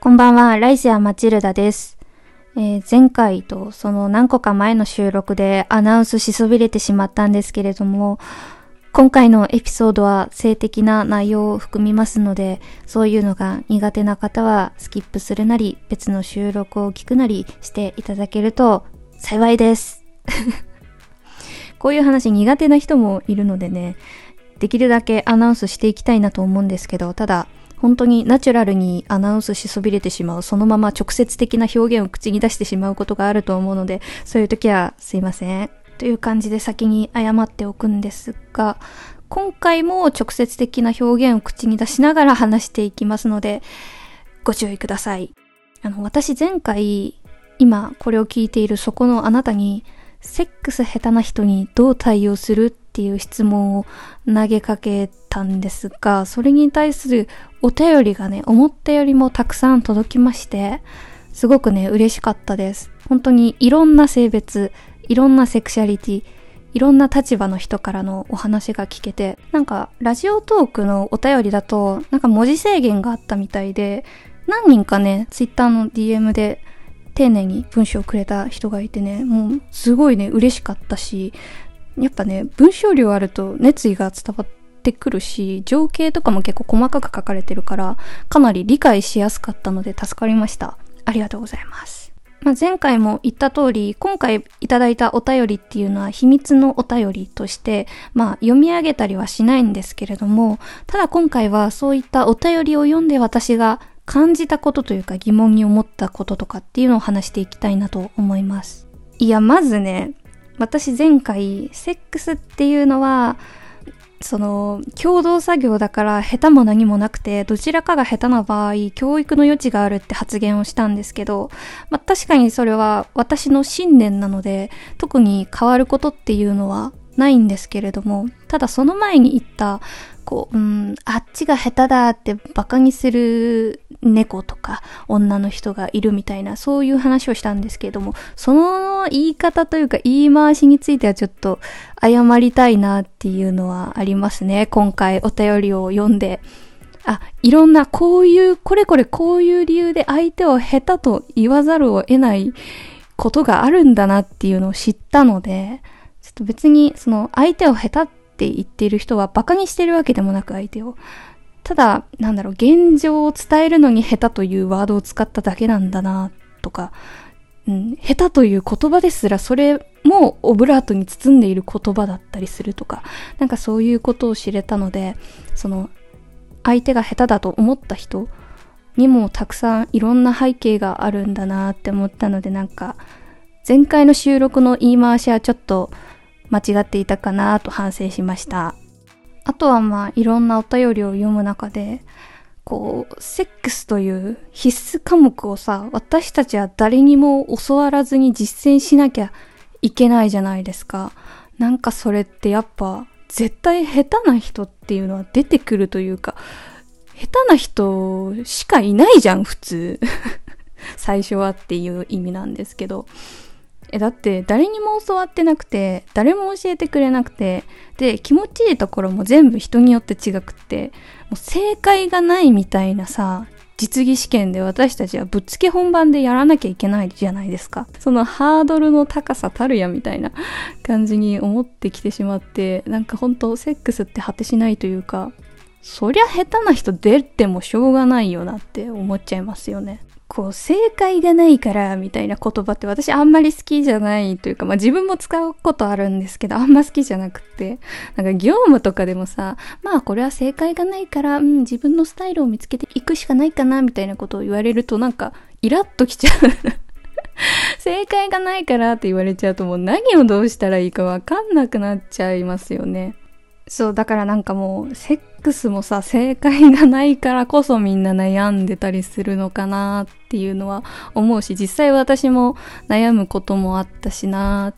こんばんは、ライセア・マチルダです。前回とその何個か前の収録でアナウンスしそびれてしまったんですけれども、今回のエピソードは性的な内容を含みますので、そういうのが苦手な方はスキップするなり、別の収録を聞くなりしていただけると幸いです。こういう話苦手な人もいるのでね、できるだけアナウンスしていきたいなと思うんですけど、ただ、本当にナチュラルにアナウンスしそびれてしまう、そのまま直接的な表現を口に出してしまうことがあると思うので、そういう時はすいません。という感じで先に謝っておくんですが、今回も直接的な表現を口に出しながら話していきますので、ご注意ください。私前回、今これを聞いているそこのあなたに、セックス下手な人にどう対応するっていう質問を投げかけたんですが、それに対するお便りがね、思ったよりもたくさん届きまして、すごくね、嬉しかったです。本当にいろんな性別、いろんなセクシャリティ、いろんな立場の人からのお話が聞けて、なんかラジオトークのお便りだと、なんか文字制限があったみたいで、何人かね、ツイッターの DM で丁寧に文章をくれた人がいてね、もうすごいね、嬉しかったし、やっぱね、文章量あると熱意が伝わってくるし、情景とかも結構細かく書かれてるから、かなり理解しやすかったので助かりました。ありがとうございます。前回も言った通り、今回いただいたお便りっていうのは秘密のお便りとして、読み上げたりはしないんですけれども、ただ今回はそういったお便りを読んで私が感じたことというか疑問に思ったこととかっていうのを話していきたいなと思います。いや、まずね、私前回、セックスっていうのは、共同作業だから下手も何もなくて、どちらかが下手な場合、教育の余地があるって発言をしたんですけど、確かにそれは私の信念なので、特に変わることっていうのはないんですけれども、ただその前に言った、あっちが下手だってバカにする猫とか女の人がいるみたいな、そういう話をしたんですけれども、その言い方というか言い回しについてはちょっと謝りたいなっていうのはありますね。今回お便りを読んで。いろんなこういう、こういう理由で相手を下手と言わざるを得ないことがあるんだなっていうのを知ったので、ちょっと別に相手を下手って言っている人はバカにしてるわけでもなく相手を。ただ、現状を伝えるのに下手というワードを使っただけなんだなとか、下手という言葉ですらそれもオブラートに包んでいる言葉だったりするとか、そういうことを知れたので、相手が下手だと思った人にもたくさんいろんな背景があるんだなって思ったので、前回の収録の言い回しはちょっと間違っていたかなと反省しました。あとはいろんなお便りを読む中で、セックスという必須科目をさ、私たちは誰にも教わらずに実践しなきゃいけないじゃないですか。それってやっぱ絶対下手な人っていうのは出てくるというか、下手な人しかいないじゃん、普通。最初はっていう意味なんですけど。だって誰にも教わってなくて、誰も教えてくれなくて、で、気持ちいいところも全部人によって違くって、もう正解がないみたいなさ、実技試験で私たちはぶっつけ本番でやらなきゃいけないじゃないですか。そのハードルの高さたるやみたいな感じに思ってきてしまって、ほんとセックスって果てしないというか、そりゃ下手な人出てもしょうがないよなって思っちゃいますよね。正解がないからみたいな言葉って私あんまり好きじゃないというか、自分も使うことあるんですけど、あんま好きじゃなくて、業務とかでもさ、これは正解がないから、自分のスタイルを見つけていくしかないかなみたいなことを言われるとイラッときちゃう。正解がないからって言われちゃうともう何をどうしたらいいかわかんなくなっちゃいますよね。そう、だからもう、セックスもさ、正解がないからこそみんな悩んでたりするのかなっていうのは思うし、実際私も悩むこともあったしなーって、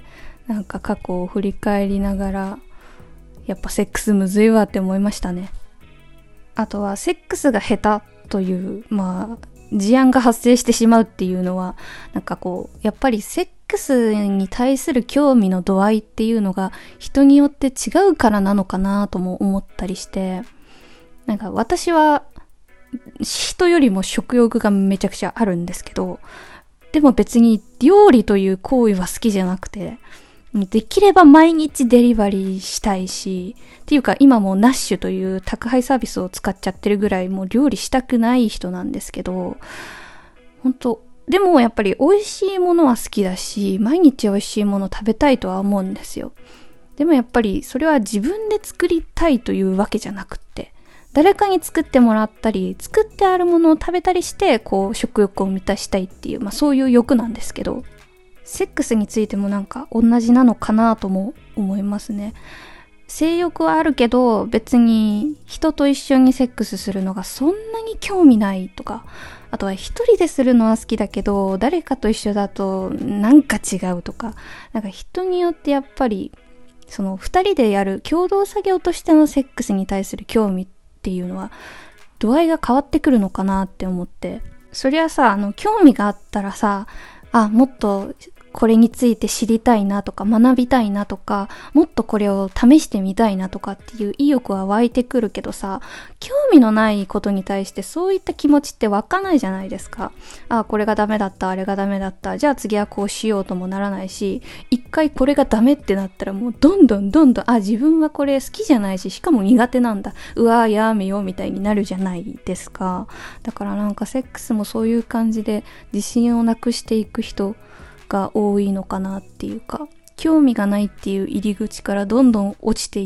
過去を振り返りながら、やっぱセックスむずいわって思いましたね。あとは、セックスが下手という、事案が発生してしまうっていうのは、やっぱりセックスに対する興味の度合いっていうのが人によって違うからなのかなとも思ったりして、私は人よりも食欲がめちゃくちゃあるんですけど、でも別に料理という行為は好きじゃなくて、できれば毎日デリバリーしたいし、っていうか今もうナッシュという宅配サービスを使っちゃってるぐらいもう料理したくない人なんですけど、本当でもやっぱり美味しいものは好きだし、毎日美味しいもの食べたいとは思うんですよ。でもやっぱりそれは自分で作りたいというわけじゃなくって、誰かに作ってもらったり、作ってあるものを食べたりして、こう食欲を満たしたいっていう、そういう欲なんですけど、セックスについてもなんか同じなのかなとも思いますね。性欲はあるけど、別に人と一緒にセックスするのがそんなに興味ないとか、あとは一人でするのは好きだけど、誰かと一緒だとなんか違うとか、なんか人によってやっぱり、その二人でやる共同作業としてのセックスに対する興味っていうのは、度合いが変わってくるのかなって思って、そりゃさ、興味があったらさ、もっとこれについて知りたいなとか学びたいなとか、もっとこれを試してみたいなとかっていう意欲は湧いてくるけどさ、興味のないことに対してそういった気持ちって湧かないじゃないですか。これがダメだった、あれがダメだった、じゃあ次はこうしようともならないし、一回これがダメってなったらもうどんどん自分はこれ好きじゃないし、しかも苦手なんだ、やめようみたいになるじゃないですか。だからなんかセックスもそういう感じで自信をなくしていく人が多いのかなっていうか、興味がないっていう入り口からどんどん落ちていって、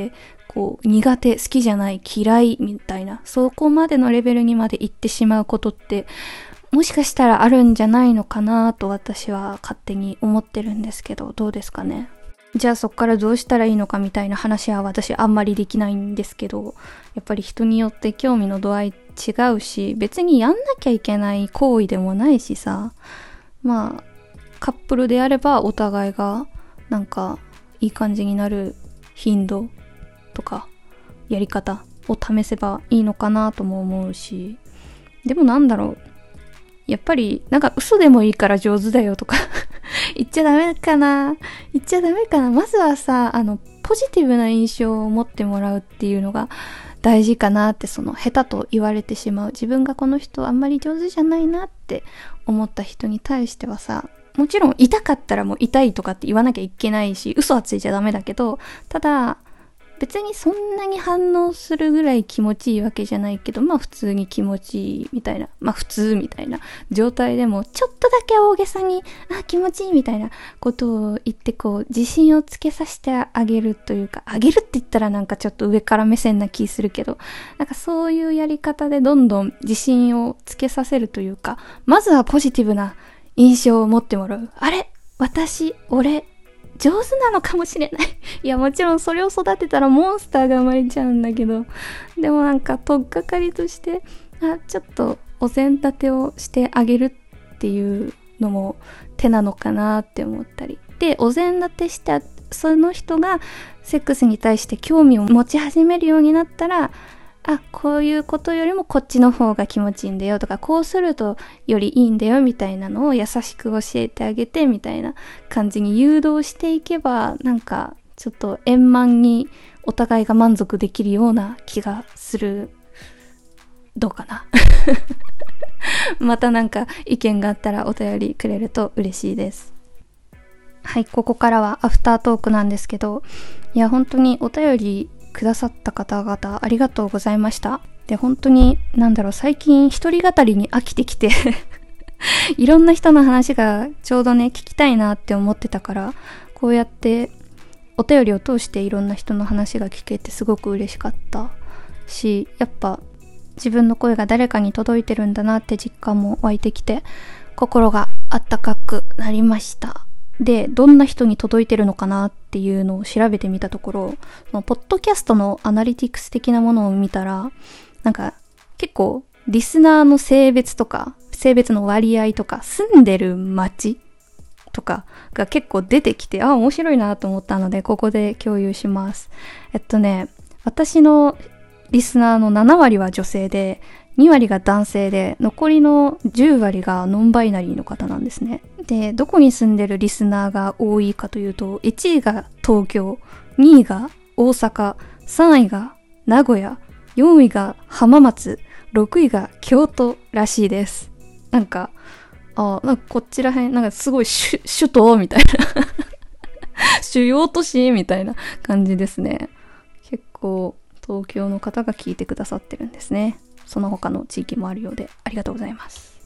こう苦手、好きじゃない、嫌いみたいな、そこまでのレベルにまで行ってしまうことってもしかしたらあるんじゃないのかなと私は勝手に思ってるんですけど、どうですかね。じゃあそっからどうしたらいいのかみたいな話は私あんまりできないんですけど、やっぱり人によって興味の度合い違うし、別にやんなきゃいけない行為でもないしさ、カップルであればお互いがなんかいい感じになる頻度とかやり方を試せばいいのかなとも思うし、でもなんだろう、やっぱりなんか嘘でもいいから上手だよとか言っちゃダメかな。まずはさ、ポジティブな印象を持ってもらうっていうのが大事かなって、その下手と言われてしまう、自分がこの人あんまり上手じゃないなって思った人に対してはさ、もちろん痛かったらもう痛いとかって言わなきゃいけないし、嘘はついちゃダメだけど、ただ別にそんなに反応するぐらい気持ちいいわけじゃないけど、普通に気持ちいいみたいな、普通みたいな状態でもちょっとだけ大げさに気持ちいいみたいなことを言って、こう自信をつけさせてあげるというか、あげるって言ったらなんかちょっと上から目線な気するけど、なんかそういうやり方でどんどん自信をつけさせるというか、まずはポジティブな印象を持ってもらう。俺上手なのかもしれないいやもちろんそれを育てたらモンスターが生まれちゃうんだけど、でもなんか取っかかりとしてちょっとお膳立てをしてあげるっていうのも手なのかなって思ったりで、お膳立てしてその人がセックスに対して興味を持ち始めるようになったら、こういうことよりもこっちの方が気持ちいいんだよとか、こうするとよりいいんだよみたいなのを優しく教えてあげてみたいな感じに誘導していけば、なんかちょっと円満にお互いが満足できるような気がする。どうかなまたなんか意見があったらお便りくれると嬉しいです。はい、ここからはアフタートークなんですけど、いや本当にお便りくださった方々ありがとうございました。で、本当に最近一人語りに飽きてきていろんな人の話がちょうどね聞きたいなって思ってたから、こうやってお便りを通していろんな人の話が聞けてすごく嬉しかったし、やっぱ自分の声が誰かに届いてるんだなって実感も湧いてきて、心があったかくなりました。で、どんな人に届いてるのかなっていうのを調べてみたところ、そのポッドキャストのアナリティクス的なものを見たら、なんか結構リスナーの性別とか、性別の割合とか、住んでる街とかが結構出てきて、面白いなと思ったので、ここで共有します。私のリスナーの7割は女性で、2割が男性で、残りの10割がノンバイナリーの方なんですね。で、どこに住んでるリスナーが多いかというと、1位が東京、2位が大阪、3位が名古屋、4位が浜松、 6位が京都らしいです。なんかこっちら辺、なんかすごい首都みたいな。主要都市みたいな感じですね。結構東京の方が聞いてくださってるんですね。その他の地域もあるようでありがとうございます。